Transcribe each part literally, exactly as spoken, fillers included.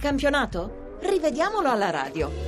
campionato? Rivediamolo alla radio.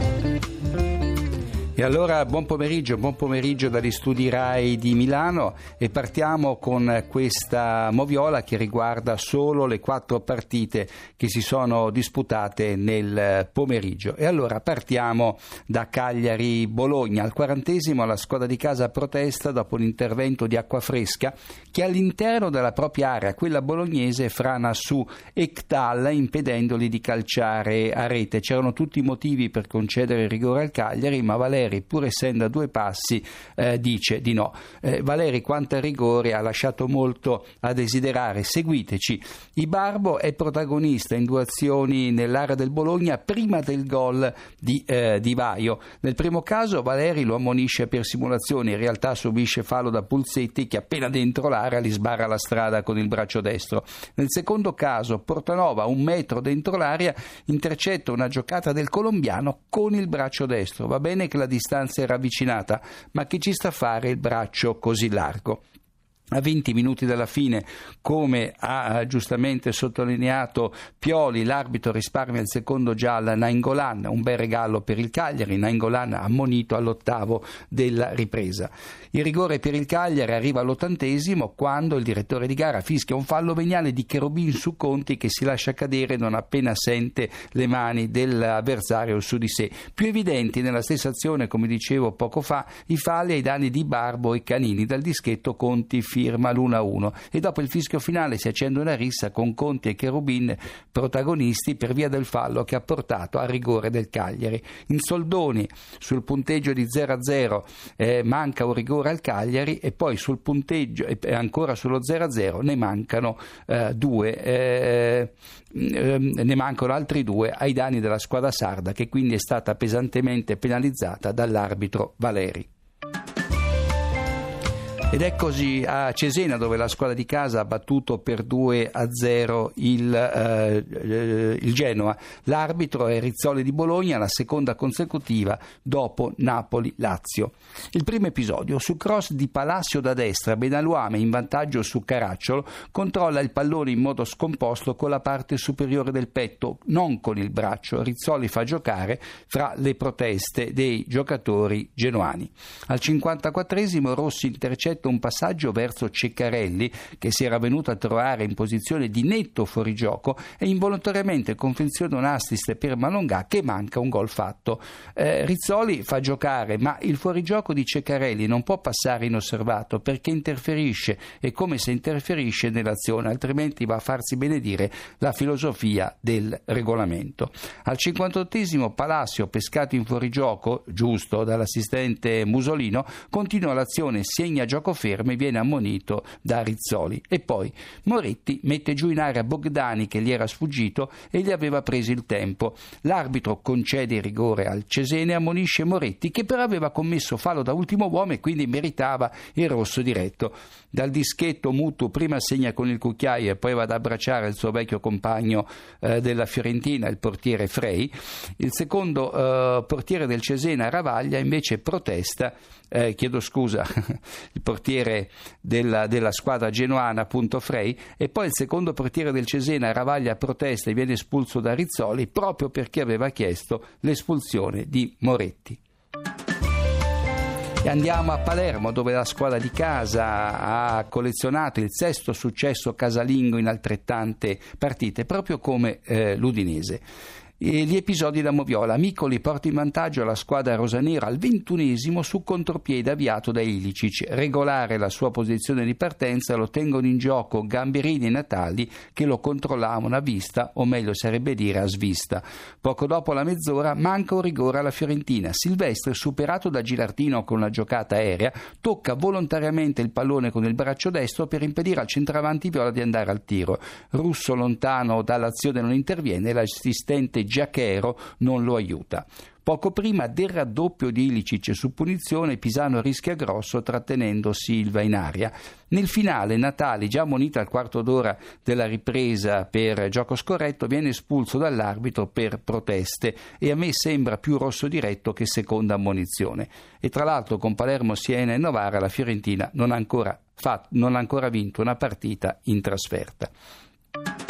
E allora buon pomeriggio, buon pomeriggio dagli studi Rai di Milano e partiamo con questa moviola che riguarda solo le quattro partite che si sono disputate nel pomeriggio. E allora partiamo da Cagliari-Bologna. Al quarantesimo la squadra di casa protesta dopo l'intervento di Acquafresca che all'interno della propria area, quella bolognese, frana su Ekdal impedendogli di calciare a rete. C'erano tutti i motivi per concedere il rigore al Cagliari, ma Valeri, pur essendo a due passi, eh, dice di no. Eh, Valeri, quanto al rigore, ha lasciato molto a desiderare. Seguiteci. Ibarbo è protagonista in due azioni nell'area del Bologna prima del gol di, eh, di Vaio. Nel primo caso Valeri lo ammonisce per simulazione, in realtà subisce fallo da Pulsetti che appena dentro l'area gli sbarra la strada con il braccio destro. Nel secondo caso Portanova, un metro dentro l'area, intercetta una giocata del colombiano con il braccio destro. Va bene che la distanza è ravvicinata, ma che ci sta a fare il braccio così largo? A venti minuti dalla fine, come ha giustamente sottolineato Pioli, l'arbitro risparmia il secondo giallo a Nainggolan, un bel regalo per il Cagliari. Nainggolan ammonito all'ottavo della ripresa. Il rigore per il Cagliari arriva all'ottantesimo quando il direttore di gara fischia un fallo veniale di Cherubin su Conti che si lascia cadere non appena sente le mani dell'avversario su di sé. Più evidenti nella stessa azione, come dicevo poco fa, i falli ai danni di Barbo e Canini. Dal dischetto Conti firma l'uno a uno e dopo il fischio finale si accende una rissa con Conti e Cherubin protagonisti per via del fallo che ha portato al rigore del Cagliari. In soldoni sul punteggio di zero a zero eh, manca un rigore al Cagliari e poi sul punteggio e eh, ancora sullo zero a zero ne mancano eh, due eh, eh, ne mancano altri due ai danni della squadra sarda, che quindi è stata pesantemente penalizzata dall'arbitro Valeri. Ed è così a Cesena, dove la squadra di casa ha battuto per due a zero il, eh, il Genoa. L'arbitro è Rizzoli di Bologna, la seconda consecutiva dopo Napoli-Lazio. Il primo episodio, su cross di Palacio da destra, Benaluame in vantaggio su Caracciolo, controlla il pallone in modo scomposto con la parte superiore del petto, non con il braccio. Rizzoli fa giocare fra le proteste dei giocatori genoani. Al cinquantaquattresimo Rossi intercetta un passaggio verso Ceccarelli, che si era venuto a trovare in posizione di netto fuorigioco, e involontariamente confeziona un assist per Malongà che manca un gol fatto. Eh, Rizzoli fa giocare, ma il fuorigioco di Ceccarelli non può passare inosservato perché interferisce, e come se interferisce nell'azione, altrimenti va a farsi benedire la filosofia del regolamento. Al cinquantottesimo Palacio, pescato in fuorigioco, giusto, dall'assistente Musolino, continua l'azione, segna gioco fermo e viene ammonito da Rizzoli. E poi Moretti mette giù in area Bogdani che gli era sfuggito e gli aveva preso il tempo. L'arbitro concede il rigore al Cesena e ammonisce Moretti, che però aveva commesso fallo da ultimo uomo e quindi meritava il rosso diretto. Dal dischetto Mutu prima segna con il cucchiaio e poi va ad abbracciare il suo vecchio compagno eh, della Fiorentina, il portiere Frey. Il secondo eh, portiere del Cesena, Ravaglia, invece protesta, eh, chiedo scusa, il portiere della, della squadra genoana, appunto Frey, e poi il secondo portiere del Cesena, Ravaglia, protesta e viene espulso da Rizzoli proprio perché aveva chiesto l'espulsione di Moretti. E andiamo a Palermo, dove la squadra di casa ha collezionato il sesto successo casalingo in altrettante partite, proprio come eh, l'Udinese. E gli episodi da moviola. Micoli porta in vantaggio la squadra rosanera al ventunesimo su contropiede avviato da Ilicic. Regolare la sua posizione di partenza lo tengono in gioco Gamberini e Natali, che lo controllavano a vista, o meglio sarebbe dire a svista. Poco dopo la mezz'ora manca un rigore alla Fiorentina. Silvestre, superato da Gilardino con una giocata aerea, tocca volontariamente il pallone con il braccio destro per impedire al centravanti viola di andare al tiro. Russo, lontano dall'azione, non interviene e l'assistente Giachero non lo aiuta. Poco prima del raddoppio di Ilicic su punizione, Pisano rischia grosso trattenendo Silva in aria. Nel finale Natali, già ammonito al quarto d'ora della ripresa per gioco scorretto, viene espulso dall'arbitro per proteste e a me sembra più rosso diretto che seconda ammonizione. E tra l'altro con Palermo, Siena e Novara la Fiorentina non ha ancora, fatto, non ha ancora vinto una partita in trasferta.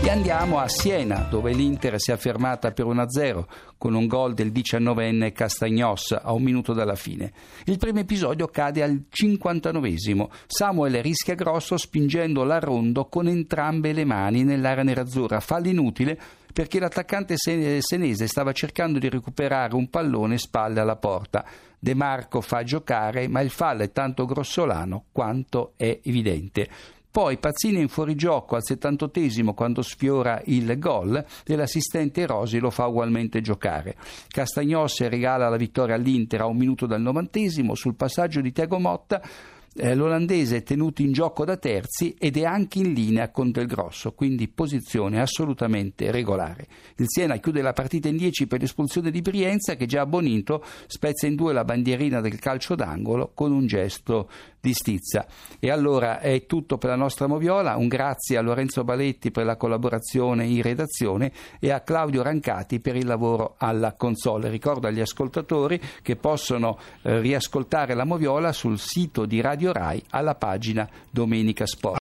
E andiamo a Siena, dove l'Inter si è affermata per uno a zero con un gol del diciannovenne Castagnos a un minuto dalla fine. Il primo episodio cade al cinquantanovesimo. Samuel rischia grosso spingendo la Rondo con entrambe le mani nell'area nerazzurra. Fallo inutile perché l'attaccante senese stava cercando di recuperare un pallone spalle alla porta. De Marco fa giocare, ma il fallo è tanto grossolano quanto è evidente. Poi Pazzini è in fuorigioco al settantottesimo quando sfiora il gol e l'assistente Rosi lo fa ugualmente giocare. Castagnos regala la vittoria all'Inter a un minuto dal novantesimo sul passaggio di Thiago Motta. Eh, l'olandese è tenuto in gioco da terzi ed è anche in linea con Del Grosso, quindi posizione assolutamente regolare. Il Siena chiude la partita in dieci per l'espulsione di Brienza, che già a Bonito spezza in due la bandierina del calcio d'angolo con un gesto di stizza. E allora è tutto per la nostra Moviola. Un grazie a Lorenzo Baletti per la collaborazione in redazione e a Claudio Rancati per il lavoro alla console. Ricordo agli ascoltatori che possono eh, riascoltare la Moviola sul sito di Radio Rai alla pagina Domenica Sport.